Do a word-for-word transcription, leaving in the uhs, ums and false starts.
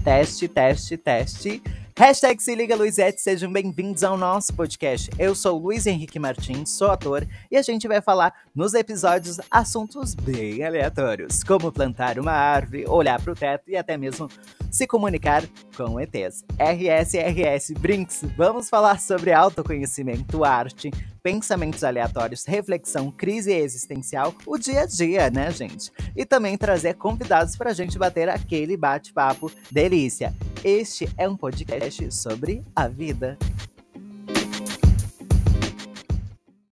Teste, teste, teste. Hashtag se liga Luizete, sejam bem-vindos ao nosso podcast. Eu sou Luiz Henrique Martins, sou ator e a gente vai falar nos episódios assuntos bem aleatórios, como plantar uma árvore, olhar pro teto e até mesmo se comunicar com E Tês. R S R S Brinks, vamos falar sobre autoconhecimento, arte, pensamentos aleatórios, reflexão, crise existencial, o dia a dia, né, gente? E também trazer convidados pra gente bater aquele bate-papo delícia. Este é um podcast sobre a vida.